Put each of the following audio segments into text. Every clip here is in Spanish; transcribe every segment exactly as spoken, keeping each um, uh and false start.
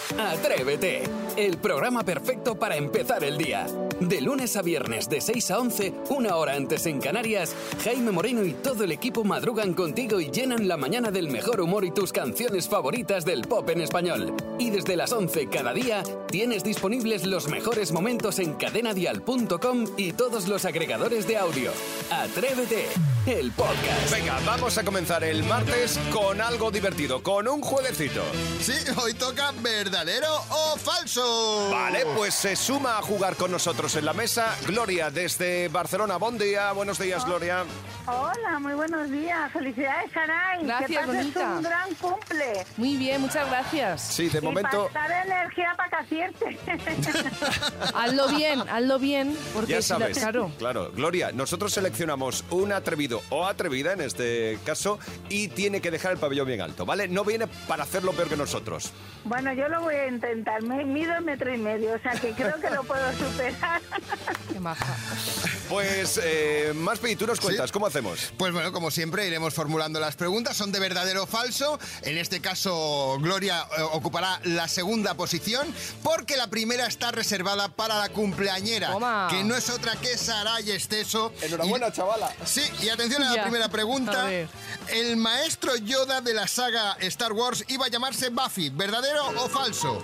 Atrévete, el programa perfecto para empezar el día. De lunes a viernes de seis a once, una hora antes en Canarias, Jaime Moreno y todo el equipo madrugan contigo y llenan la mañana del mejor humor y tus canciones favoritas del pop en español. Y desde las once cada día, tienes disponibles los mejores momentos en cadena dial punto com y todos los agregadores de audio. Atrévete, el podcast. Venga, vamos a comenzar el martes con algo divertido, con un jueguecito. Sí, hoy toca verdadero o falso. Vale, pues se suma a jugar con nosotros en la mesa Gloria desde Barcelona. Buen día, buenos días, Gloria. Hola, muy buenos días. Felicidades, Saray. Gracias, que pases bonita. un gran cumple. Muy bien, muchas gracias. Sí, de y momento... para estar energía para que acierte. Hazlo bien, hazlo bien, porque Ya si la- sabes, claro. claro. Gloria, nosotros seleccionamos un atrevido o atrevida en este caso y tiene que dejar el pabellón bien alto, ¿vale? No viene para hacerlo peor que nosotros. Bueno, yo lo voy a intentar. Me mido un metro y medio, o sea que creo que lo puedo superar. Qué maja. Pues, eh, Maspi, tú nos cuentas, Sí. ¿cómo hacemos? Pues bueno, como siempre, iremos formulando las preguntas. Son de verdadero o falso. En este caso, Gloria eh, ocupará la segunda posición porque la primera está reservada para la cumpleañera, Toma. que no es otra que Saray Esteso. Enhorabuena, Y- chavala. Sí, y atención a la Ya. primera pregunta. A ver. El maestro Yoda de la saga Star Wars iba a llamarse Buffy. ¿Verdadero o falso?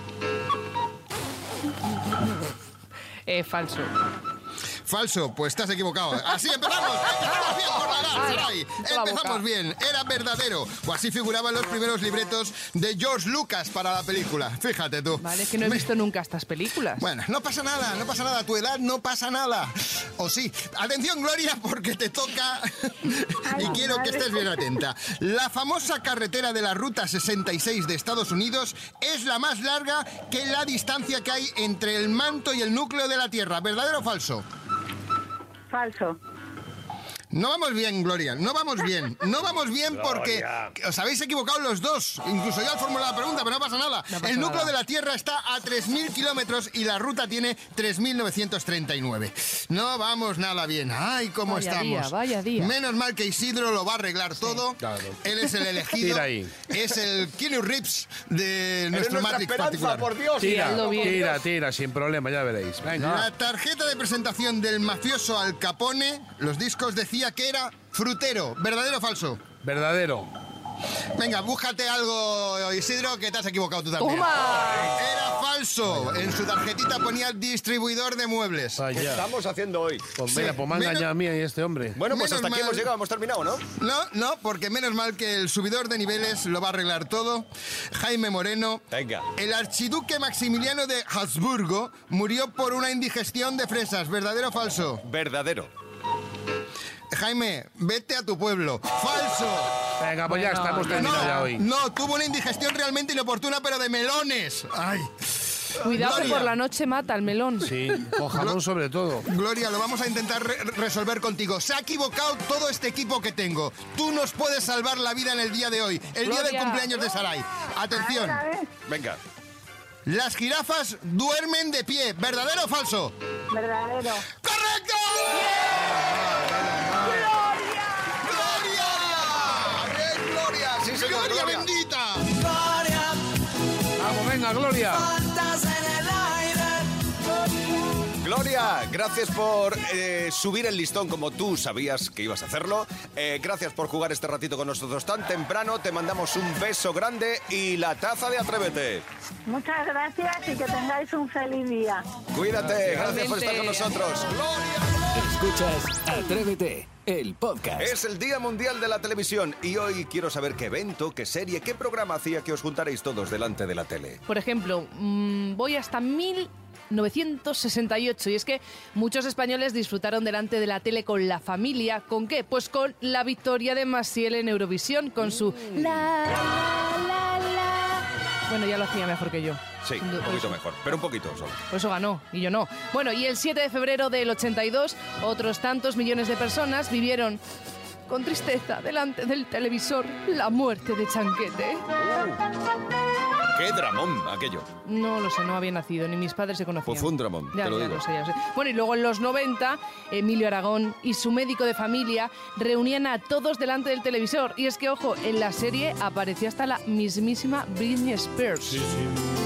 Eh, falso. Falso, pues estás equivocado. Así empezamos. Empezamos bien por la edad, Saray. la boca. Empezamos bien. Era verdadero. O así figuraban los primeros libretos de George Lucas para la película. Fíjate tú. Vale, es que no he Me- visto nunca estas películas. Bueno, no pasa nada, no pasa nada. A tu edad no pasa nada. O sí. Atención, Gloria, porque te toca y Ay, quiero que madre. estés bien atenta. La famosa carretera de la Ruta sesenta y seis de Estados Unidos es la más larga que la distancia que hay entre el manto y el núcleo de la Tierra. ¿Verdadero o falso? Falso. No vamos bien, Gloria, no vamos bien. No vamos bien porque Gloria. os habéis equivocado los dos. Incluso yo al formular la pregunta, pero no pasa nada. No pasa el núcleo nada. de la Tierra está a tres mil kilómetros y la ruta tiene tres mil novecientos treinta y nueve. No vamos nada bien. Ay, cómo Vaya estamos. día, vaya día. Menos mal que Isidro lo va a arreglar todo. Claro. Él es el elegido. Tira ahí. Es el Keanu Reeves de Eres nuestro nuestra Matrix esperanza, particular. por Dios. Tira, hazlo bien. tira, tira, sin problema, ya veréis. Venga. La tarjeta de presentación del mafioso Al Capone, los discos decía que era frutero. ¿Verdadero o falso? Verdadero. Venga, búscate algo, Isidro, que te has equivocado tú también. ¡Toma! Era falso. En su tarjetita ponía distribuidor de muebles. ¿Qué Vaya. estamos haciendo hoy? Pues mira, Sí. pues me ha Menos- engañado a mí y a este hombre. Bueno, pues Menos hasta aquí mal. hemos llegado, hemos terminado, ¿no? No, no, porque menos mal que el subidor de niveles lo va a arreglar todo. Jaime Moreno. Venga. El archiduque Maximiliano de Habsburgo murió por una indigestión de fresas. ¿Verdadero o falso? Verdadero. Jaime, vete a tu pueblo. ¡Falso! Venga, pues ya Bueno, está, hemos ya terminado ya hoy. No, tuvo una indigestión realmente inoportuna, pero de melones. Ay. Cuidado que Gloria. por la noche mata el melón. Sí, con jamón sobre todo. Gloria, lo vamos a intentar re- resolver contigo. Se ha equivocado todo este equipo que tengo. Tú nos puedes salvar la vida en el día de hoy, el día del Gloria. cumpleaños de Saray. Atención, A ver, Venga. las jirafas duermen de pie. ¿Verdadero o falso? verdadero. ¡Correcto! ¡Gloria! ¡Bien, Gloria! ¡Sí, señor, ¡Gloria Gloria! bendita! Vamos, venga, Gloria. Gloria, gracias por eh, subir el listón como tú sabías que ibas a hacerlo. Eh, gracias por jugar este ratito con nosotros tan temprano. Te mandamos un beso grande y la taza de Atrévete. Muchas gracias y que tengáis un feliz día. Cuídate, gracias por estar con Igualmente. nosotros. Gloria. Escuchas Atrévete, el podcast. Es el Día Mundial de la Televisión y hoy quiero saber qué evento, qué serie, qué programa hacía que os juntarais todos delante de la tele. Por ejemplo, mmm, voy hasta mil novecientos sesenta y ocho y es que muchos españoles disfrutaron delante de la tele con la familia. ¿Con qué? Pues con la victoria de Maciel en Eurovisión, con su la, la, la. Bueno, ya lo hacía mejor que yo. Sí, Sin un duda, por poquito eso. mejor, pero un poquito solo. Por eso ganó, y yo no. Bueno, y el siete de febrero del ochenta y dos, otros tantos millones de personas vivieron con tristeza delante del televisor la muerte de Chanquete. ¡Qué dramón aquello! No lo sé, no había nacido, ni mis padres se conocían. Pues fue un dramón, Ya, te lo ya digo. sé, ya lo sé. Bueno, y luego en los noventa, Emilio Aragón y su médico de familia reunían a todos delante del televisor. Y es que, ojo, en la serie aparecía hasta la mismísima Britney Spears. Sí, sí. Bueno, que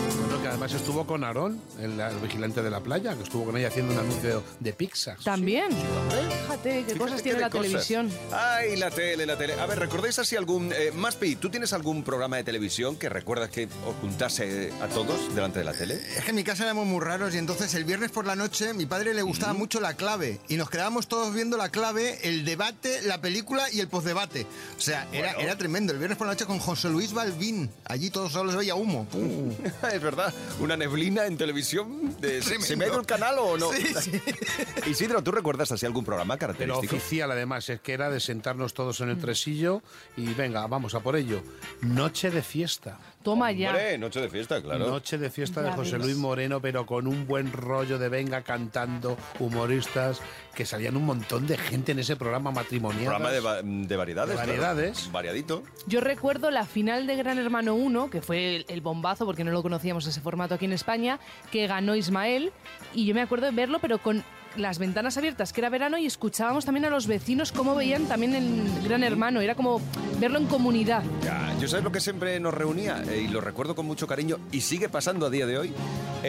que además estuvo con Aarón, el, el vigilante de la playa, que estuvo con ella haciendo un anuncio de Pixar. También. Fíjate qué Fíjate cosas qué tiene de la cosas. televisión. Ay, la tele, la tele. A ver, ¿recordáis así algún... Eh, Maspi, ¿tú tienes algún programa de televisión que recuerdas que os juntase a todos delante de la tele? Es que en mi casa éramos muy raros y entonces el viernes por la noche mi padre le gustaba Mm. mucho La Clave y nos quedábamos todos viendo La Clave, el debate, la película y el postdebate. O sea, era, Bueno. era tremendo. El viernes por la noche con José Luis Balbín. Allí todos solo se veía humo. Pum. Es verdad, una neblina en televisión. De, ¿Se Tremendo. me ha ido el canal o no? Sí, sí. Isidro, ¿tú recuerdas así algún programa Pero característico? oficial, además, es que era de sentarnos todos en el tresillo y venga, vamos a por ello. Noche de fiesta. Toma ya. Hombre, noche de fiesta, claro. Noche de fiesta de Ya José ves. Luis Moreno, pero con un buen rollo de venga cantando, humoristas, que salían un montón de gente en ese programa matrimonial. Programa de, va- de variedades. De claro. variedades. Variadito. Yo recuerdo la final de Gran Hermano uno, que fue el, el bombazo, porque no lo conocíamos ese formato aquí en España, que ganó Ismael, y yo me acuerdo de verlo, pero con las ventanas abiertas, que era verano, y escuchábamos también a los vecinos cómo veían también el Gran Hermano, era como verlo en comunidad. Ya, yo sabes lo que siempre nos reunía, eh, y lo recuerdo con mucho cariño, y sigue pasando a día de hoy,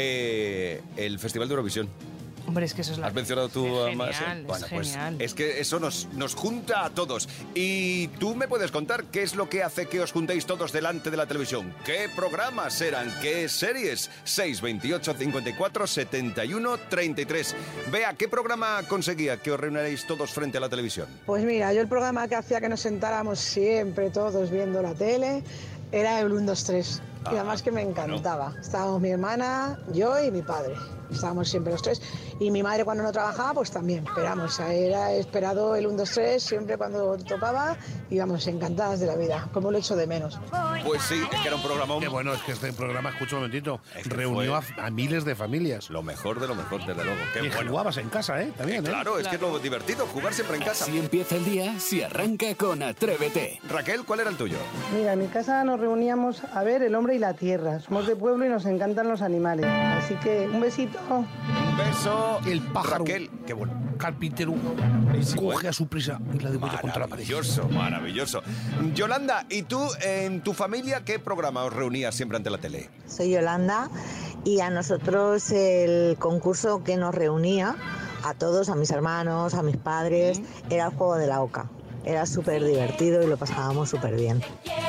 eh, el Festival de Eurovisión. Hombre, es que eso es la... ¿Has mencionado tú es a más? genial, Bueno, es pues genial. es que eso nos, nos junta a todos. Y tú me puedes contar qué es lo que hace que os juntéis todos delante de la televisión. ¿Qué programas eran? ¿Qué series? seis veintiocho cincuenta y cuatro setenta y uno treinta y tres. Vea, ¿qué programa conseguía que os reunierais todos frente a la televisión? Pues mira, yo el programa que hacía que nos sentáramos siempre todos viendo la tele era el uno, dos, tres. Ah, Y además que me encantaba. Estábamos mi hermana, yo y mi padre. Estábamos siempre los tres. Y mi madre cuando no trabajaba, pues también. Esperamos, era esperado el uno, dos, tres, siempre cuando tocaba. Íbamos encantadas de la vida, como lo echo de menos. Pues sí, es que era un programa... Qué bueno, es que este programa, escucha un momentito, Es que reunió a, fue- a miles de familias. Lo mejor de lo mejor, desde luego. Qué Y bueno. jugabas en casa, ¿eh? También, ¿eh? Claro, es que es lo divertido, jugar siempre en casa. Si empieza el día, si arranca con Atrévete. Raquel, ¿cuál era el tuyo? Mira, en mi casa nos reuníamos a ver El hombre y la tierra. Somos de pueblo y nos encantan los animales. Así que un besito. Un beso. El pájaro. Raquel, qué bueno. Carpintero sí, coge bueno. a su prisa y la devuelve contra la pared. Maravilloso, maravilloso. Yolanda, ¿y tú, en tu familia, qué programa os reunías siempre ante la tele? Soy Yolanda y a nosotros el concurso que nos reunía, a todos, a mis hermanos, a mis padres, era el juego de la oca. Era súper divertido y lo pasábamos súper bien.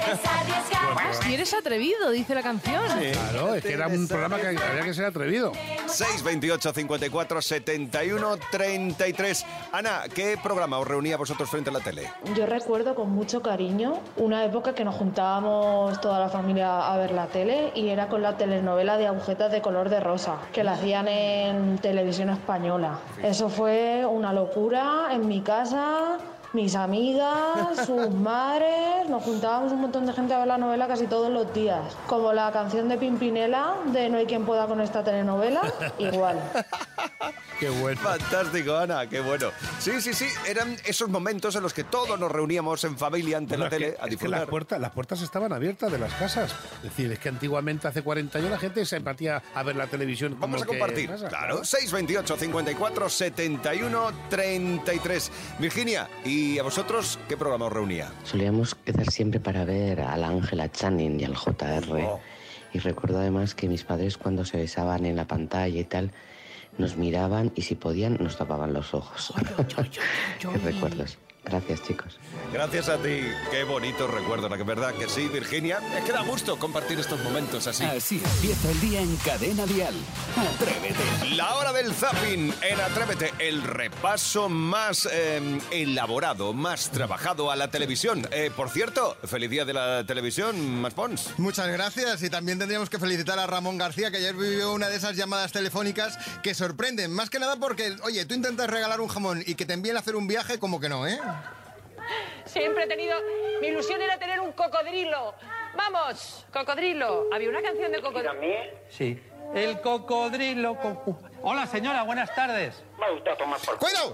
Si eres atrevido, dice la canción. Claro, es que era un programa que había que ser atrevido. seis veintiocho cincuenta y cuatro setenta y uno treinta y tres. Ana, ¿qué programa os reunía vosotros frente a la tele? Yo recuerdo con mucho cariño una época que nos juntábamos toda la familia a ver la tele y era con la telenovela de Agujetas de color de rosa, que la hacían en televisión española. Eso fue una locura en mi casa. Mis amigas, sus madres, nos juntábamos un montón de gente a ver la novela casi todos los días. Como la canción de Pimpinela, de No hay quien pueda con esta telenovela, igual. Qué bueno. Fantástico, Ana, qué bueno. Sí, sí, sí, eran esos momentos en los que todos nos reuníamos en familia ante Bueno, la es que- tele a es que disfrutar. las puertas, las puertas estaban abiertas de las casas. Es decir, es que antiguamente, hace cuarenta años, la gente se empatía a ver la televisión. como Vamos a que compartir, en casa, claro. seis veintiocho cincuenta y cuatro setenta y uno treinta y tres. Virginia, ¿y a vosotros qué programa os reunía? Solíamos quedar siempre para ver a la Ángela Channing y al J R. Oh. Y recuerdo además que mis padres cuando se besaban en la pantalla y tal, nos miraban y si podían nos tapaban los ojos. Qué recuerdos. Gracias, chicos. Gracias a ti, qué bonito recuerdo, la que verdad que sí, Virginia. Me queda gusto compartir estos momentos así. Así empieza el día en Cadena Dial. Atrévete. La hora del zapping en Atrévete, el repaso más eh, elaborado, más trabajado a la televisión. Eh, por cierto, feliz día de la televisión, Maspons. Muchas gracias y también tendríamos que felicitar a Ramón García, que ayer vivió una de esas llamadas telefónicas que sorprenden. Más que nada porque, oye, tú intentas regalar un jamón y que te envíen a hacer un viaje, como que no, ¿eh? Siempre he tenido... Mi ilusión era tener un cocodrilo. ¡Vamos! Cocodrilo. Había una canción de cocodrilo. Sí. El cocodrilo... co- Hola, señora, buenas tardes. Me gusta tomar por... ¡Cuidado!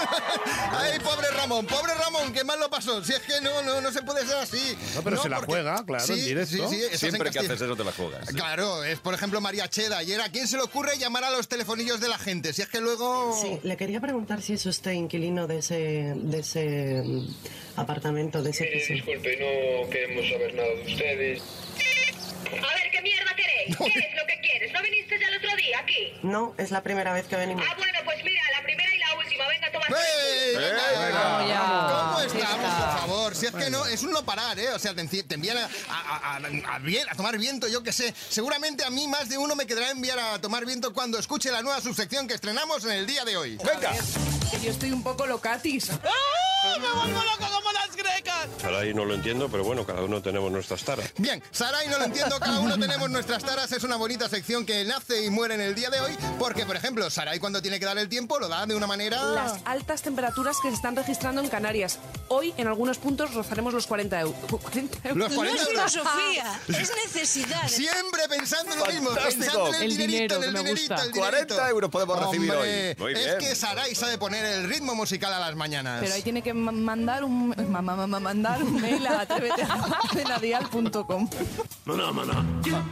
¡Ay, pobre Ramón! ¡Pobre Ramón! ¡Qué mal lo pasó! Si es que no, no, no se puede ser así. No, pero se la juega, claro, en directo. Sí, sí, estás Siempre en que Castilla. haces eso te la juegas. Claro, es por ejemplo María Cheda. Ayer, ¿a quién se le ocurre llamar a los telefonillos de la gente? Si es que luego... Sí, le quería preguntar si es usted inquilino de ese, de ese mm, apartamento, de ese piso. Disculpe, no queremos saber nada de ustedes. A ver, ¿qué mierda queréis? ¿Qué es lo que quieres? ¿No viniste ya el otro día aquí? No, es la primera vez que venimos. Ah, bueno, pues mira, la primera y la última. Venga, toma. ¡Ey! Venga. Venga. ¿Cómo estamos, por favor? Si es que no, es un no parar, ¿eh? O sea, te, te envían a, a, a, a, bien- a tomar viento, yo qué sé. Seguramente a mí más de uno me quedará enviar a tomar viento cuando escuche la nueva subsección que estrenamos en el día de hoy. Venga. Yo estoy un poco locatis. ¡Ah! ¡Me vuelvo loco como las grecas! Saray no lo entiendo, pero bueno, cada uno tenemos nuestras taras. Bien, Saray, no lo entiendo, cada uno tenemos nuestras taras, es una bonita sección que nace y muere en el día de hoy, porque, por ejemplo, Saray cuando tiene que dar el tiempo lo da de una manera... Las altas temperaturas que se están registrando en Canarias. Hoy, en algunos puntos, rozaremos los cuarenta euros. cuarenta euros. Los cuarenta No es euros. filosofía, es necesidad. Siempre pensando en lo mismo, Fantástico. pensando en el, El dinerito, dinero, en el que me dinerito, gusta. el dinerito. cuarenta euros podemos recibir Hombre, hoy. Muy es bien. que Saray sabe poner el ritmo musical a las mañanas. Pero ahí tiene que ma- mandar un, ma- ma- ma- mandar un mail a atrévete a cenadial punto com. Maná, maná.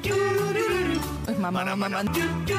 Mamá, mamá, mamá.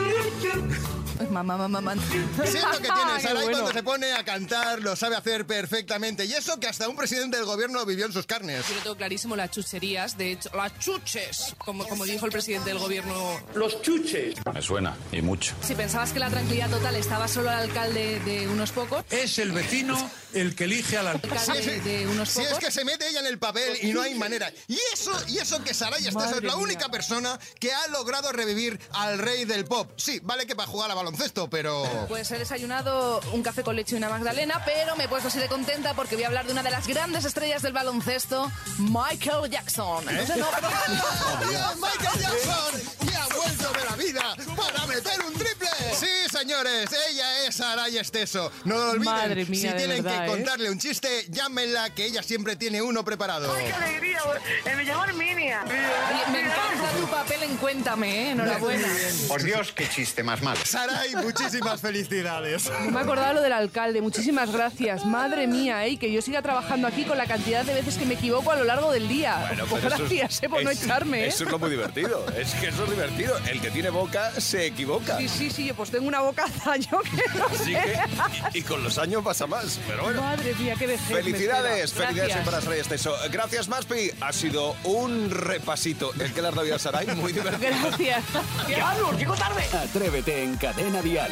Mamá, mamá, mamá. Siento que tiene Qué Saray bueno. cuando se pone a cantar, lo sabe hacer perfectamente. Y eso que hasta un presidente del gobierno lo vivió en sus carnes. Yo lo tengo clarísimo, las chucherías, de hecho, las chuches, como, como dijo el presidente del gobierno. Los chuches. Me suena, y mucho. Si pensabas que la tranquilidad total estaba solo al alcalde de unos pocos, Es el vecino el que elige al alcalde. alcalde de unos Si pocos. es que se mete ella en el papel y no hay manera. Y eso, y eso que Saray Esteso es Madre la mía. única persona que ha logrado revivir al rey del pop. Sí, vale que para jugar a baloncesto, pero... Pues he desayunado un café con leche y una magdalena, pero me he puesto así de contenta porque voy a hablar de una de las grandes estrellas del baloncesto, Michael Jackson. ¿Eh? No sé, no, pero- ¡Ah, Michael Jackson! ¡Que ha vuelto de la vida para meter un triple! Sí, señores, ella es Saray Esteso. No lo olviden. Madre mía, si de tienen verdad, que ¿eh? contarle un chiste, llámenla, que ella siempre tiene uno preparado. ¡Qué alegría! Eh, me llamo Herminia. Oye, me encanta tu papel en Cuéntame, ¿eh? Enhorabuena. Por Dios, qué chiste más malo. Saray, muchísimas felicidades. No me acordaba lo del alcalde, muchísimas gracias. Madre mía, ¿eh? Que yo siga trabajando aquí con la cantidad de veces que me equivoco a lo largo del día. Bueno, Pues pero eso es- gracias, eh, por no es- echarme, ¿eh? Eso es lo muy divertido. Es que eso es divertido. El que tiene boca se equivoca. Sí, sí, sí, pues tengo una bocaza yo que no Así sé. que, y, y con los años pasa más. Pero bueno. Madre mía, qué vejez me Felicidades, espera. felicidades Gracias. para Saray Esteso. Gracias, Maspi. Ha sido un repasito. El que le has dado a Saray, muy divertido. Gracias. ¡Diablos, llego tarde! Atrévete en Cadena Dial.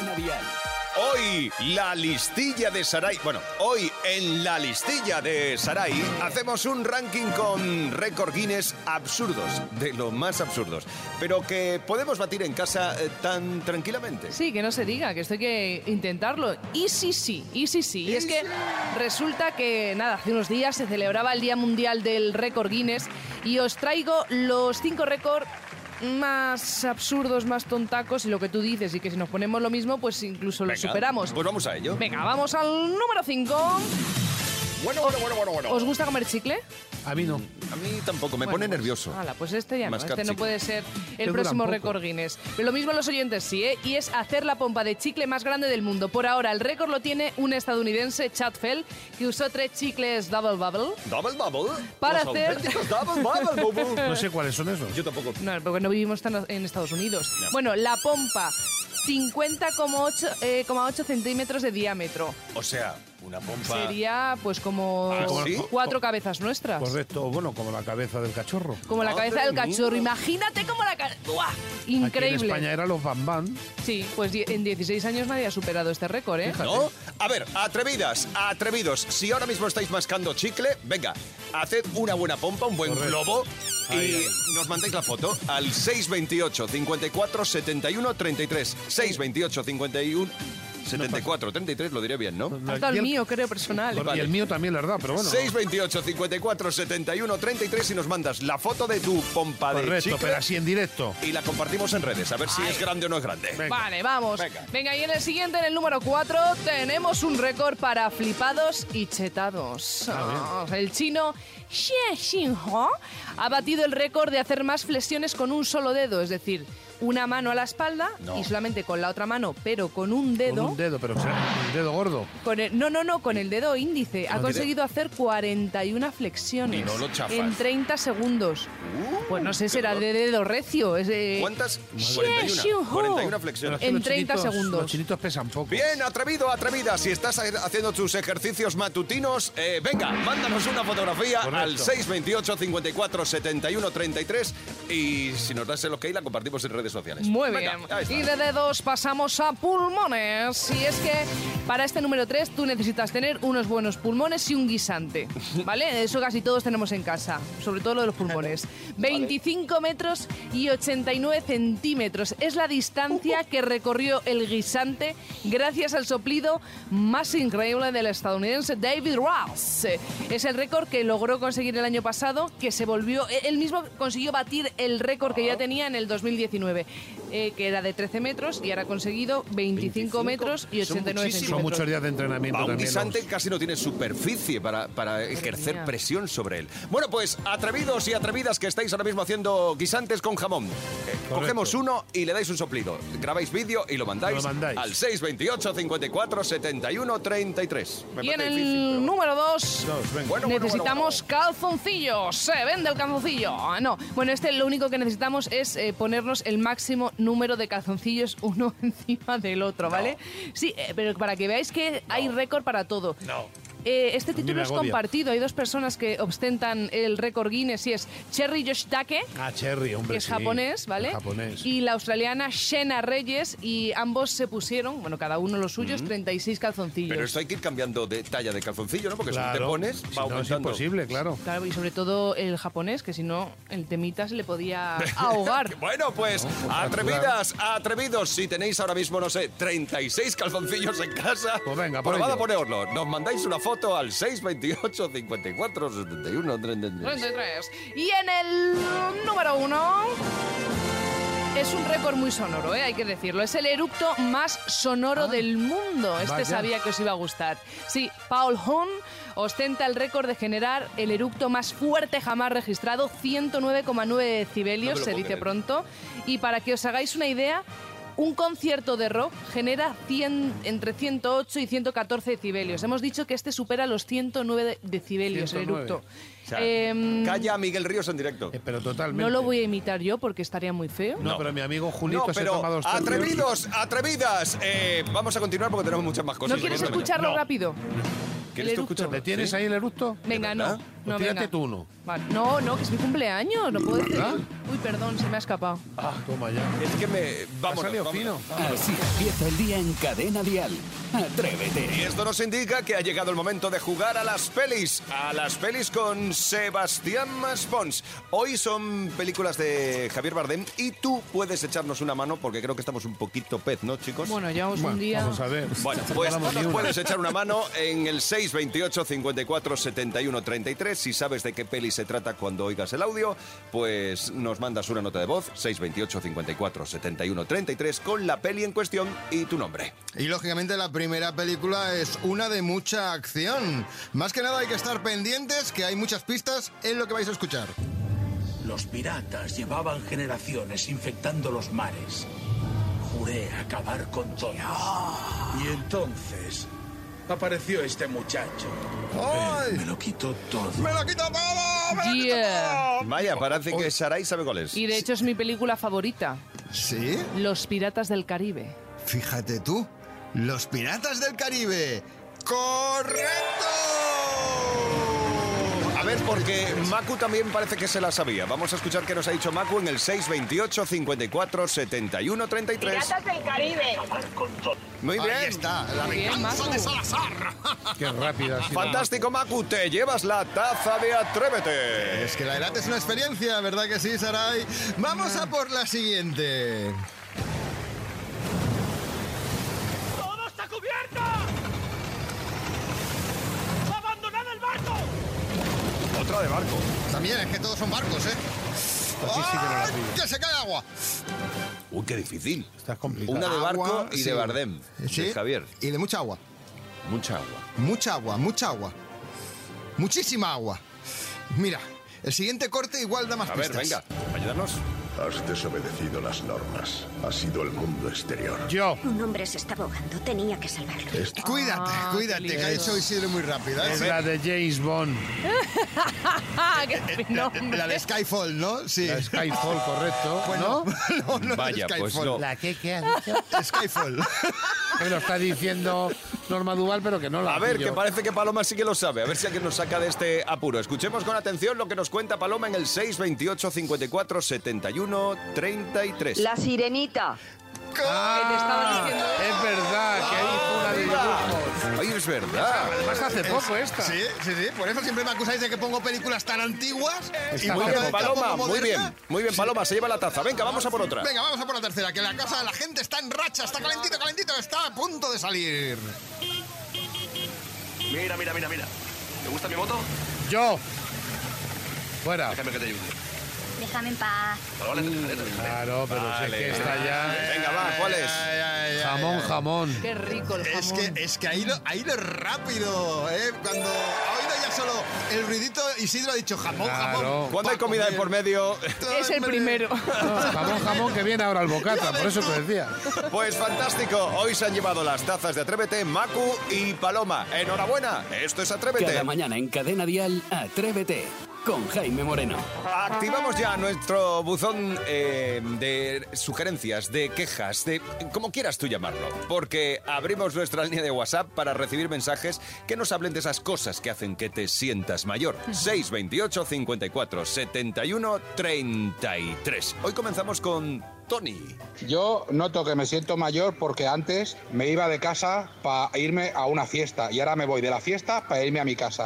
Hoy la listilla de Saray. Bueno, hoy en la listilla de Saray hacemos un ranking con récord Guinness absurdos, de lo más absurdos, pero que podemos batir en casa eh, tan tranquilamente. Sí, que no se diga, que esto hay que intentarlo. Y sí, sí, y sí, sí. Y es que resulta que, nada, hace unos días se celebraba el Día Mundial del Récord Guinness y os traigo los cinco récords más absurdos, más tontacos y lo que tú dices, y que si nos ponemos lo mismo, pues incluso lo Venga, superamos. Pues vamos a ello. Venga, vamos al número cinco. Bueno, bueno, bueno, bueno, bueno. ¿Os gusta comer chicle? A mí no. A mí tampoco, me Bueno, pone pues, nervioso. Hala, pues este ya no, Mascar este no chicle. puede ser Que el duran próximo poco. récord Guinness. Pero lo mismo los oyentes sí, ¿eh? Y es hacer la pompa de chicle más grande del mundo. Por ahora, el récord lo tiene un estadounidense, Chad Fell, que usó tres chicles Double Bubble. Double Bubble. Para Los hacer- auténticos Double Bubble, Bubble. No sé cuáles son esos. Yo tampoco. No, porque no vivimos tan en Estados Unidos. Ya. Bueno, la pompa, cincuenta coma ocho centímetros de diámetro. O sea, una pompa. Sería pues como ¿Ah, sí? cuatro cabezas nuestras. Correcto, bueno, como la cabeza del cachorro. Como la Madre cabeza del mía. cachorro. Imagínate como la cabeza. Aquí en Increíble. España era los bambán. Sí, pues die- en dieciséis años nadie ha superado este récord, ¿eh? ¿No? A ver, atrevidas, atrevidos. Si ahora mismo estáis mascando chicle, venga, haced una buena pompa, un buen Correcto. globo y Ahí, ahí. nos mandáis la foto al seis veintiocho, cincuenta y cuatro, setenta y uno, treinta y tres. seis veintiocho, cincuenta y uno, setenta y cuatro, treinta y tres, lo diré bien, ¿no? Hasta Y el el- mío, creo, personal. Y el mío también, la verdad, pero bueno. seis veintiocho, cincuenta y cuatro, setenta y uno, treinta y tres y nos mandas la foto de tu pompa de Correcto, chicle pero así en directo. y la compartimos en redes, a ver si Ay. es grande o no es grande. Venga. Vale, vamos. Venga. Venga. y en el siguiente, en el número cuatro, tenemos un récord para flipados y chetados. Ah, el chino Xie Xinhuo ha batido el récord de hacer más flexiones con un solo dedo, es decir, una mano a la espalda No. y solamente con la otra mano, pero con un dedo. Con un dedo, pero o sea, un dedo gordo. Con el- no, no, no, con el dedo índice. Ha ¿Con el conseguido hacer cuarenta y una flexiones Y no lo chafas. en treinta segundos. pues no sé, qué será dolor. de dedo recio. Es de... ¿Cuántas? Xie cuarenta y uno. Xinhu. cuarenta y una flexiones. Pero es que En los treinta chinitos- segundos. Los chinitos pesan poco. Bien, atrevido, atrevida. Si estás ha- haciendo tus ejercicios matutinos, eh, venga, mándanos una fotografía Correcto. al seis veintiocho, cincuenta y cuatro, setenta y uno, treinta y tres y si nos das el ok, la compartimos en redes sociales. Muy Venga, bien. ahí está. Y de dedos pasamos a pulmones. Y es que para este número tres tú necesitas tener unos buenos pulmones y un guisante, ¿vale? Eso casi todos tenemos en casa, sobre todo lo de los pulmones. veinticinco metros y ochenta y nueve centímetros. Es la distancia que recorrió el guisante gracias al soplido más increíble del estadounidense David Ross. Es el récord que logró conseguir el año pasado, que se volvió... Él mismo consiguió batir el récord que ya tenía en el dos mil diecinueve, eh, que era de trece metros, y ahora ha conseguido veinticinco metros y ochenta y nueve centímetros. Son muchos días de entrenamiento Va, un también. guisante los- casi no tiene superficie para, para ejercer mía. presión sobre él. Bueno, pues atrevidos y atrevidas que estáis ahora mismo haciendo guisantes con jamón. Eh, cogemos uno y le dais un soplido. Grabáis vídeo y lo mandáis, Lo mandáis. al seis veintiocho, cincuenta y cuatro, setenta y uno, treinta y tres. Me Y en parece el difícil, pero- número dos Bueno, bueno, bueno, necesitamos calzoncillos. Se vende el calzoncillo. Ah, no, bueno, este lo único que necesitamos es eh, ponernos el máximo número de calzoncillos uno encima del otro, ¿vale? Sí, eh, pero para que veáis que hay récord para todo. No. Eh, este A mí título me es agobia. compartido. Hay dos personas que ostentan el récord Guinness y es Cherry Yoshitake, Ah, Cherry, hombre, que es sí. japonés, ¿vale? El japonés. Y la australiana Shena Reyes, y ambos se pusieron, bueno, cada uno los suyos, treinta y seis calzoncillos. Pero esto hay que ir cambiando de talla de calzoncillo, ¿no? Porque si Claro. te pones, Si va no, es aumentando. imposible, claro. Claro, y sobre todo el japonés, que si no, el temita se le podía ahogar. Bueno, pues, atrevidas, atrevidos, si tenéis ahora mismo, no sé, treinta y seis calzoncillos en casa, Pues venga, por probad a ello. ponerlo. Nos mandáis una foto al seis veintiocho, cincuenta y cuatro, setenta y uno, treinta y tres. treinta y tres. Y en el número uno... Es un récord muy sonoro, ¿eh? Hay que decirlo. Es el eructo más sonoro del mundo. Este vaya. sabía que os iba a gustar. Sí, Paul Hon ostenta el récord de generar el eructo más fuerte jamás registrado, ciento nueve coma nueve decibelios, No me lo se puedo dice creer. pronto. Y para que os hagáis una idea, un concierto de rock genera cien, entre ciento ocho y ciento catorce decibelios. Hemos dicho que este supera los ciento nueve decibelios, ciento el nueve. eructo. O sea, Em, calla a Miguel Ríos en directo. Eh, pero totalmente. no lo voy a imitar yo porque estaría muy feo. No, pero mi amigo Julito No, se pero toma dos tercios. atrevidos, atrevidas. Eh, vamos a continuar porque tenemos muchas más cosas. ¿No quieres Esta mañana. escucharlo No. rápido? ¿Quieres El tú eructo. escucharlo? ¿Le tienes ¿Sí? ahí el eructo? Venga, no. verdad? no Pues tírate venga. tú uno. Vale. No, no, que es mi cumpleaños, no puedo decir. ¿Verdad? Uy, perdón, se me ha escapado. Ah, toma ya. Es que me... Vamos, Ha salido fino. Así empieza el día en Cadena Dial. Atrévete. Y esto nos indica que ha llegado el momento de jugar a las pelis. A las pelis con Sebastián Maspons. Hoy son películas de Javier Bardem y tú puedes echarnos una mano porque creo que estamos un poquito pez, ¿no, chicos? Bueno, llevamos Bueno, un día... vamos a ver. Bueno, No pues paramos nos ni una. puedes echar una mano en el seis veintiocho, cincuenta y cuatro, setenta y uno, treinta y tres. Si sabes de qué peli se trata cuando oigas el audio, pues nos mandas una nota de voz, seis veintiocho, cincuenta y cuatro, setenta y uno, treinta y tres, con la peli en cuestión y tu nombre. Y lógicamente la primera película es una de mucha acción. Más que nada hay que estar pendientes, que hay muchas pistas en lo que vais a escuchar. Los piratas llevaban generaciones infectando los mares. Juré acabar con todos. Y entonces apareció este muchacho. ¡Ay! Me lo quitó todo. ¡Me lo quito todo! ¡Me lo quito Yeah. todo! Vaya, parece que Saray sabe cuál es. Y de hecho es mi película favorita, ¿Sí? Los Piratas del Caribe. Fíjate tú, Los Piratas del Caribe. ¡Correcto! A ver, porque Macu también parece que se la sabía. Vamos a escuchar qué nos ha dicho Macu en el seis veintiocho, cincuenta y cuatro, setenta y uno, treinta y tres. Piratas del Caribe. Muy bien. Ahí está, la Muy bien, venganza Macu. de Salazar. Qué rápida ha sido. Fantástico, Macu. Te llevas la taza de Atrévete. Es que la edad es una experiencia, ¿verdad que sí, Saray? Vamos a por la siguiente. ¡Todo está cubierto! ¡Abandonad el barco! Otra de barco. También es que todos son barcos, ¿eh? Aquí sí que no la ¡Ay, pillo. ¡Que se cae agua! Uy, qué difícil. Estás complicado. Una de barco Agua, y sí. de Bardem. Sí, De Javier. y de mucha agua. Mucha agua. Mucha agua, mucha agua. Muchísima agua. Mira, el siguiente corte igual da más A ver, pistas. venga, ayúdanos. Has desobedecido las normas. Ha sido el mundo exterior. Yo. Un hombre se estaba ahogando, tenía que salvarlo. Cuídate, Ah, cuídate, que ha qué hecho Isidro muy rápida. ¿eh? Es la de James Bond. ¡Qué nombre! La de Skyfall, ¿no? Sí. La Skyfall, correcto. Bueno, ¿No? no, no, Vaya, Skyfall. pues no. ¿La qué, qué ha dicho? Skyfall. Me lo está diciendo Norma Duval, pero que no la A ver, pillo. que parece que Paloma sí que lo sabe. A ver si alguien nos saca de este apuro. Escuchemos con atención lo que nos cuenta Paloma en el seis veintiocho cincuenta y cuatro setenta y uno treinta y tres. La Sirenita. Ah, es verdad, que ahí fue una de dibujos. Ay, es verdad. Además hace poco esta. Sí, sí, sí. Por eso siempre me acusáis de que pongo películas tan antiguas. Está y muy bueno, bien, esta Paloma, poco muy moderna. bien. Muy bien, Paloma, se lleva la taza. Venga, vamos a por otra. Venga, vamos a por la tercera, que la casa de la gente está en racha, está calentito, calentito, está a punto de salir. Mira, mira, mira, mira. ¿Te gusta mi moto? Yo. Fuera. Déjame que te ayude. Déjame en paz. Vale, vale, déjale, déjale. Claro, pero Vale. si es que está ya... Venga, va, ¿cuál es? Ay, ay, ay, Jamón, ay. jamón. Qué rico el Es jamón. que, es que ha ido, ha ido rápido, ¿eh? Cuando ha oído ya solo el ruidito, Isidro ha dicho jamón, Claro. jamón. Cuando hay pa' comida de comer. por medio. Es el primero. No, jamón, jamón, que viene ahora el bocata, por eso te decía. Pues fantástico. Hoy se han llevado las tazas de Atrévete, Macu y Paloma. Enhorabuena. Esto es Atrévete. Cada mañana en Cadena Dial, Atrévete con Jaime Moreno. Activamos ya nuestro buzón eh, de sugerencias, de quejas, de como quieras tú llamarlo, porque abrimos nuestra línea de WhatsApp para recibir mensajes que nos hablen de esas cosas que hacen que te sientas mayor. seis veintiocho cincuenta y cuatro setenta y uno treinta y tres. Hoy comenzamos con Tony. Yo noto que me siento mayor porque antes me iba de casa para irme a una fiesta y ahora me voy de la fiesta para irme a mi casa.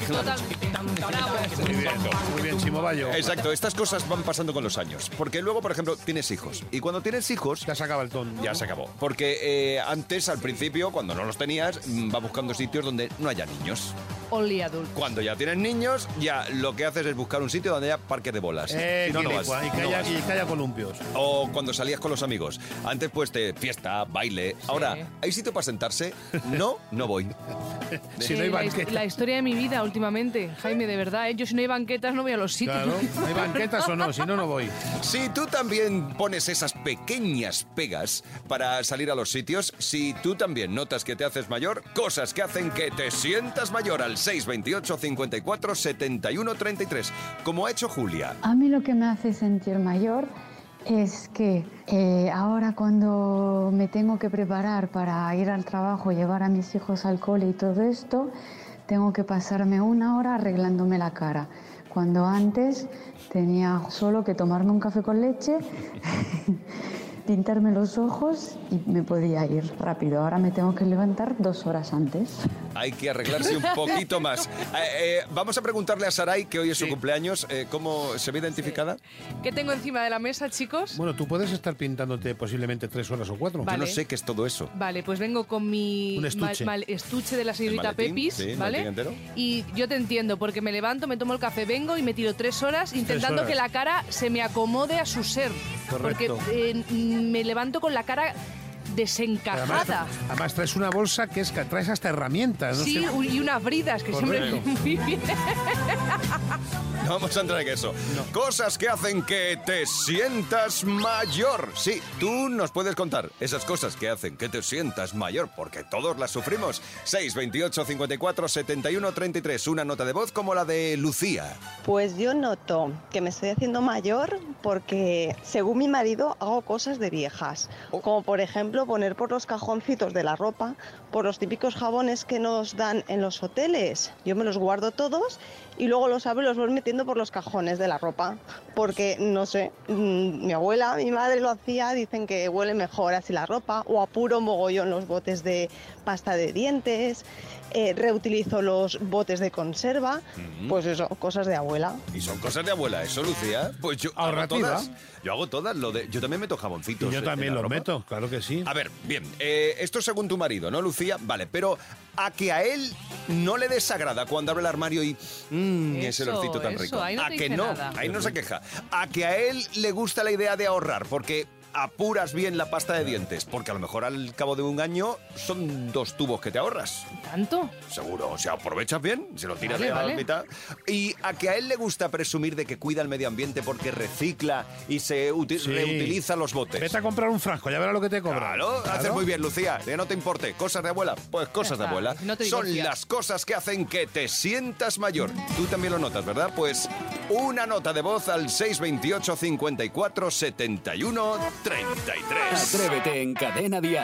Muy bien, muy bien, Chimo Bayo. Exacto, estas cosas van pasando con los años. Porque luego, por ejemplo, tienes hijos. Y cuando tienes hijos... Ya se acaba el tono. Ya se acabó. Porque eh, antes, al principio, cuando no los tenías, mm, va buscando sitios donde no haya niños. Only adult. Cuando ya tienes niños, ya lo que haces es buscar un sitio donde haya parque de bolas. Eh, Si no, no vas. quilicua, y, que No haya, vas. y que haya columpios. O cuando salías con los amigos. Antes, pues, te fiesta, baile. Ahora, Sí. ¿hay sitio para sentarse? No, no voy. Si no Eh, hay la, his- banqueta. la historia de mi vida últimamente, Jaime, de verdad, ¿eh? Yo si no hay banquetas no voy a los sitios. Claro, ¿hay banquetas o no? Si no, no voy. Si tú también pones esas pequeñas pegas para salir a los sitios, si tú también notas que te haces mayor, cosas que hacen que te sientas mayor al seis veintiocho cincuenta y cuatro setenta y uno treinta y tres, como ha hecho Julia. A mí lo que me hace sentir mayor es que eh, ahora cuando me tengo que preparar para ir al trabajo, llevar a mis hijos al cole y todo esto, tengo que pasarme una hora arreglándome la cara. Cuando antes tenía solo que tomarme un café con leche, pintarme los ojos y me podía ir rápido. Ahora me tengo que levantar dos horas antes. Hay que arreglarse un poquito más. Eh, eh, vamos a preguntarle a Saray, que hoy es su cumpleaños, eh, ¿cómo se ve identificada? ¿Qué tengo encima de la mesa, chicos? Bueno, tú puedes estar pintándote posiblemente tres horas o cuatro. Vale. Yo no sé qué es todo eso. Vale, pues vengo con mi Un estuche. mal- mal- estuche de la señorita ¿El maletín? Pepis, Sí, el ¿vale? maletín entero. Y yo te entiendo, porque me levanto, me tomo el café, vengo y me tiro tres horas intentando horas. que la cara se me acomode a su ser. Correcto. Porque eh, me levanto con la cara desencajada. Además, además traes una bolsa que es que traes hasta herramientas. No Sí, sé. u- y unas bridas que siempre Correcto. me muy bien. No vamos a entrar en eso. Cosas que hacen que te sientas mayor. Sí, tú nos puedes contar esas cosas que hacen que te sientas mayor, porque todos las sufrimos. seis veintiocho cincuenta y cuatro setenta y uno treinta y tres. Una nota de voz como la de Lucía. Pues yo noto que me estoy haciendo mayor porque, según mi marido, hago cosas de viejas. Como, por ejemplo, poner por los cajoncitos de la ropa, por los típicos jabones que nos dan en los hoteles. Yo me los guardo todos y luego los abro y los voy metiendo por los cajones de la ropa. Porque, no sé, mmm, mi abuela, mi madre lo hacía, dicen que huele mejor así la ropa. O apuro mogollón los botes de pasta de dientes. Eh, reutilizo los botes de conserva. Pues eso, cosas de abuela. Y son cosas de abuela, ¿eso, Lucía? Pues yo hago Ahorrativa. todas. Yo hago todas. Lo de, yo también meto jaboncitos. Y yo en- también en la los ropa. meto, claro que sí. A ver, bien, eh, esto según tu marido, ¿no, Lucía? Vale, pero a que a él no le desagrada cuando abre el armario y mmm, ese Eso, olorcito tan eso, rico. ahí no a te que dice no, nada. ahí no se queja. A que a él le gusta la idea de ahorrar, porque apuras bien la pasta de dientes, porque a lo mejor al cabo de un año son dos tubos que te ahorras. ¿Tanto? Seguro, o sea, aprovechas bien, se lo tiras Vale, de a la vale. mitad. Y a que a él le gusta presumir de que cuida el medio ambiente porque recicla y se uti- Sí. reutiliza los botes. Vete a comprar un frasco, ya verás lo que te cobra. Claro, haces muy bien, Lucía. Que no te importe. Cosas de abuela. Pues cosas de está, abuela. no te Son divorcias. las cosas que hacen que te sientas mayor. Tú también lo notas, ¿verdad? Pues una nota de voz al seis veintiocho cincuenta y cuatro setenta y uno treinta y tres. Atrévete en Cadena Dial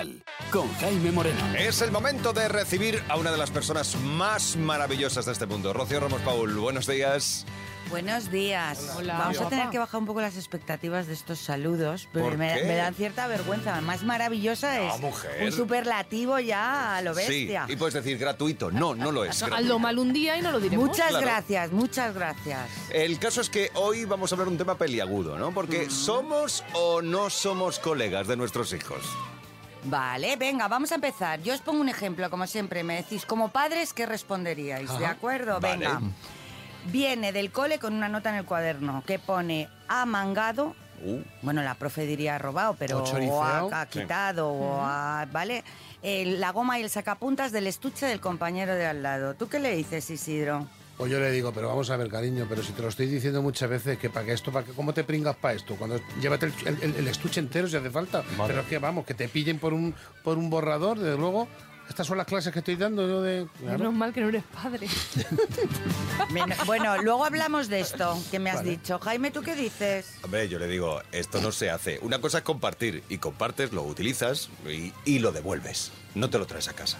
con Jaime Moreno. Es el momento de recibir a una de las personas más maravillosas de este mundo. Rocío Ramos Paul, buenos días. Buenos días. Hola. Vamos Hola. a tener que bajar un poco las expectativas de estos saludos, pero ¿Por me, qué? me dan cierta vergüenza. Más maravillosa No, es mujer. un superlativo ya a lo bestia. Sí, y puedes decir gratuito. No, no lo es. Hazlo gratuito. mal un día y no lo diremos. Muchas Claro. gracias, muchas gracias. El caso es que hoy vamos a hablar un tema peliagudo, ¿no? Porque ¿somos o no somos colegas de nuestros hijos? Vale, venga, vamos a empezar. Yo os pongo un ejemplo, como siempre. Me decís, como padres, ¿qué responderíais? ¿De Ajá. acuerdo? Vale. Venga. Viene del cole con una nota en el cuaderno que pone ha mangado. Uh. Bueno, la profe diría robado, pero O choriceado. o ha, ha quitado, o ha, ¿vale? El- la goma y el sacapuntas del estuche del compañero de al lado. ¿Tú qué le dices, Isidro? Pues yo le digo, pero vamos a ver, cariño, pero si te lo estoy diciendo muchas veces, que para que esto, para que, ¿cómo te pringas para esto? Cuando llévate el, el- el estuche entero si hace falta. Pero es que vamos, que te pillen por un, por un borrador, desde luego. Estas son las clases que estoy dando yo de... Claro. Menos mal que no eres padre. Men- Bueno, luego hablamos de esto que me has Vale. dicho. Jaime, ¿tú qué dices? Hombre, yo le digo, esto no se hace. Una cosa es compartir, y compartes, lo utilizas y, y lo devuelves. No te lo traes a casa.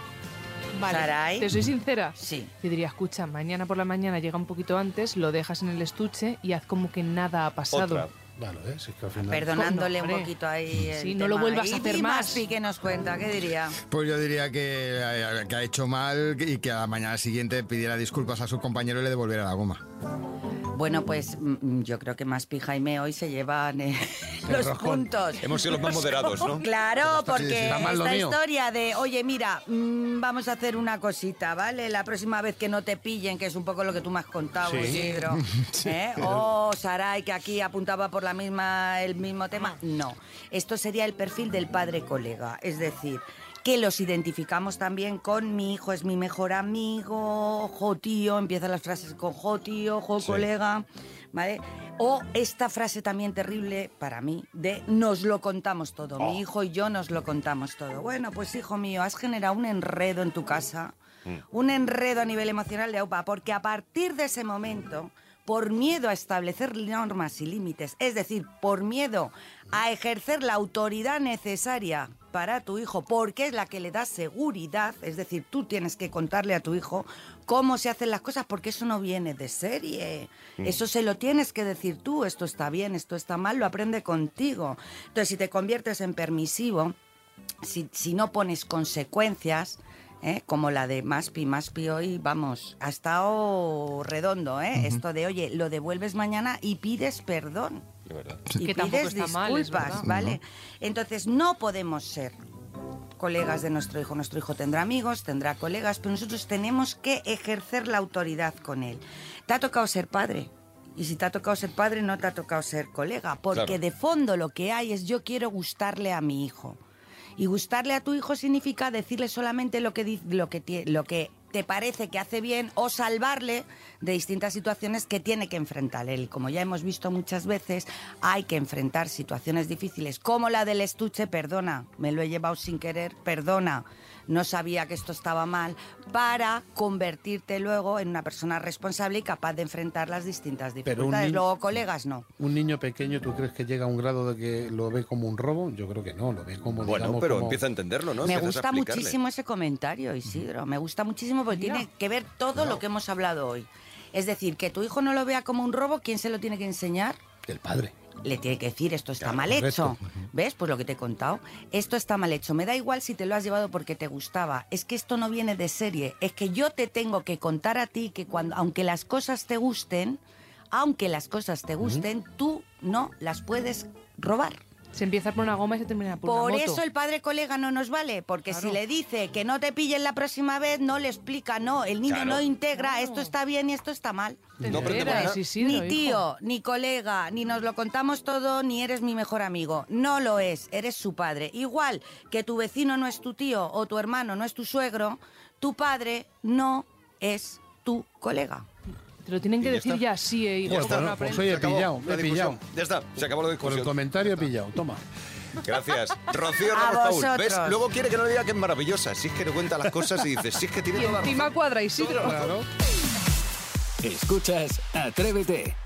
Vale, Sarai. te soy sincera. Sí. Te diría, escucha, mañana por la mañana llega un poquito antes, lo dejas en el estuche y haz como que nada ha pasado. Otra. Vale, ¿eh? Si es que al final... Perdonándole No, un hombre. poquito ahí. el Sí, no lo tema. vuelvas a Y hacer di más. Maspi, que nos cuenta, ¿qué diría? Pues yo diría que, eh, que ha hecho mal y que a la mañana siguiente pidiera disculpas a su compañero y le devolviera la goma. Bueno, pues mm, yo creo que Maspi y Jaime hoy se llevan eh, los roscón. puntos. Hemos sido los más moderados, ¿no? Claro, Sí, porque sí, está mal lo esta mío. historia de, oye, mira, mm, vamos a hacer una cosita, ¿vale? La próxima vez que no te pillen, que es un poco lo que tú me has contado, Sí. Isidro. ¿eh? O Sarai, que aquí apuntaba por la misma, el mismo tema. No, esto sería el perfil del padre colega, es decir, que los identificamos también con mi hijo es mi mejor amigo, jo tío, empiezan las frases con jo tío, jo Sí. colega, ¿vale? O esta frase también terrible para mí de nos lo contamos todo, mi hijo y yo nos lo contamos todo. Bueno, pues hijo mío, has generado un enredo en tu casa, un enredo a nivel emocional de aupa, porque a partir de ese momento, por miedo a establecer normas y límites, es decir, por miedo a ejercer la autoridad necesaria para tu hijo, porque es la que le da seguridad, es decir, tú tienes que contarle a tu hijo cómo se hacen las cosas, porque eso no viene de serie, eso se lo tienes que decir tú, esto está bien, esto está mal, lo aprende contigo. Entonces, si te conviertes en permisivo, si, si no pones consecuencias, ¿eh? Como la de Maspi, Maspi hoy, vamos, ha estado redondo, ¿eh? Esto de, oye, lo devuelves mañana y pides perdón. De verdad. Y Que tampoco pides está mal, es disculpas, verdad. ¿vale? Entonces, no podemos ser colegas de nuestro hijo. Nuestro hijo tendrá amigos, tendrá colegas, pero nosotros tenemos que ejercer la autoridad con él. ¿Te ha tocado ser padre? Y si te ha tocado ser padre, no te ha tocado ser colega, porque Claro. de fondo lo que hay es yo quiero gustarle a mi hijo. Y gustarle a tu hijo significa decirle solamente lo que, di- lo que, tie- lo que te parece que hace bien o salvarle de distintas situaciones que tiene que enfrentar él. Como ya hemos visto muchas veces, hay que enfrentar situaciones difíciles, como la del estuche, perdona, me lo he llevado sin querer, perdona, no sabía que esto estaba mal, para convertirte luego en una persona responsable y capaz de enfrentar las distintas Pero un dificultades. niño- Luego, colegas, no. Un niño pequeño, ¿tú crees que llega a un grado de que lo ve como un robo? Yo creo que no, lo ve como, Bueno, digamos, pero como- empieza a entenderlo, ¿no? Me Empiezas a gusta explicarle. muchísimo ese comentario, Isidro. Me gusta muchísimo porque Mira. tiene que ver todo lo que hemos hablado hoy. Es decir, que tu hijo no lo vea como un robo, ¿quién se lo tiene que enseñar? El padre. Le tiene que decir, esto está Claro, mal correcto. hecho. ¿Ves? Pues lo que te he contado. Esto está mal hecho. Me da igual si te lo has llevado porque te gustaba. Es que esto no viene de serie. Es que yo te tengo que contar a ti que cuando, aunque las cosas te gusten, aunque las cosas te gusten, tú no las puedes robar. Se empieza por una goma y se termina por, Por una moto. eso el padre colega no nos vale, porque Claro. si le dice que no te pillen la próxima vez, no le explica, no, el niño Claro. no integra, Claro. esto está bien y esto está mal. Te No aprendemos enteras, nada. Isidro, Ni hijo. tío, ni colega, ni nos lo contamos todo, ni eres mi mejor amigo. No lo es, eres su padre. Igual que tu vecino no es tu tío o tu hermano no es tu suegro, tu padre no es tu colega. Te lo tienen que Y ya decir está. ya así, eh, hijo, Ya está, porque no ¿no? Pues aprendes. oye, he Se acabó pillado, la he discusión. pillado. Ya está, se acabó la Por el discusión. comentario he pillado, toma. Gracias. Rocío A Ramos Paul. ¿Ves? vosotros. Luego quiere que no le diga que es maravillosa. Si es que le cuenta las cosas y dice, si es que tiene Y toda la encima razón. cuadra Isidro. Claro. Escuchas Atrévete,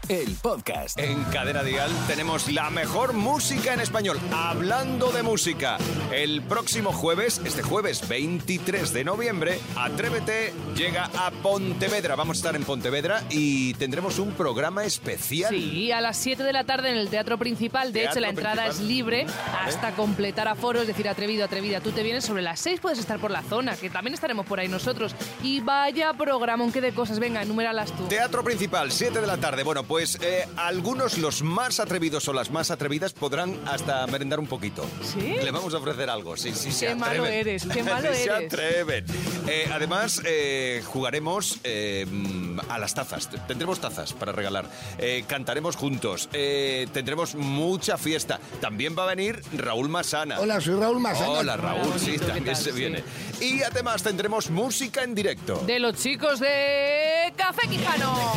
el podcast. En Cadena Dial tenemos la mejor música en español. Hablando de música, el próximo jueves, este jueves veintitrés de noviembre, Atrévete llega a Pontevedra. Vamos a estar en Pontevedra y tendremos un programa especial. Sí, a las siete de la tarde en el Teatro Principal. De Teatro hecho, la entrada Principal. es libre Vale. hasta completar aforo, es decir, atrevido, atrevida. Tú te vienes sobre las seis, puedes estar por la zona, que también estaremos por ahí nosotros. Y vaya programón, qué de cosas. Venga, enuméralas tú. Teatro Principal, siete de la tarde. Bueno, pues eh, algunos, los más atrevidos o las más atrevidas, podrán hasta merendar un poquito. ¿Sí? Le vamos a ofrecer algo. Sí, sí, se Qué malo atreven. eres, qué malo Sí, se eres. atreven. Eh, además, eh, jugaremos eh, a las tazas. Tendremos tazas para regalar. Eh, cantaremos juntos. Eh, tendremos mucha fiesta. También va a venir Raúl Masana. Hola, soy Raúl Masana. Hola, Raúl. Hola, Sí, bonito, ¿qué también tal? se Sí. viene. Y además tendremos música en directo. De los chicos de Café Quijano.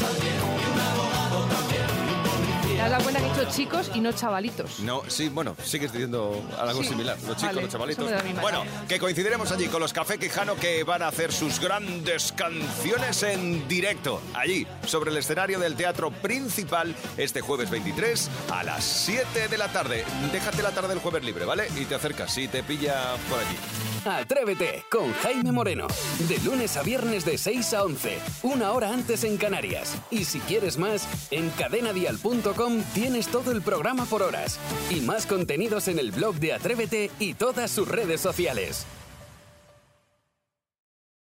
¿Te has dado cuenta que he dicho chicos y no chavalitos? No, sí, bueno, sigues diciendo algo Sí, similar. Los chicos, vale, los chavalitos. eso me da mi Bueno, mano. que coincidiremos allí con los Café Quijano que van a hacer sus grandes canciones en directo. Allí, sobre el escenario del Teatro Principal, este jueves veintitrés a las siete de la tarde. Déjate la tarde del jueves libre, ¿vale? Y te acercas, si te pilla por allí. Atrévete con Jaime Moreno. De lunes a viernes de seis a once, una hora antes en Canarias. Y si quieres más, en cadenadial punto com tienes todo el programa por horas. Y más contenidos en el blog de Atrévete y todas sus redes sociales.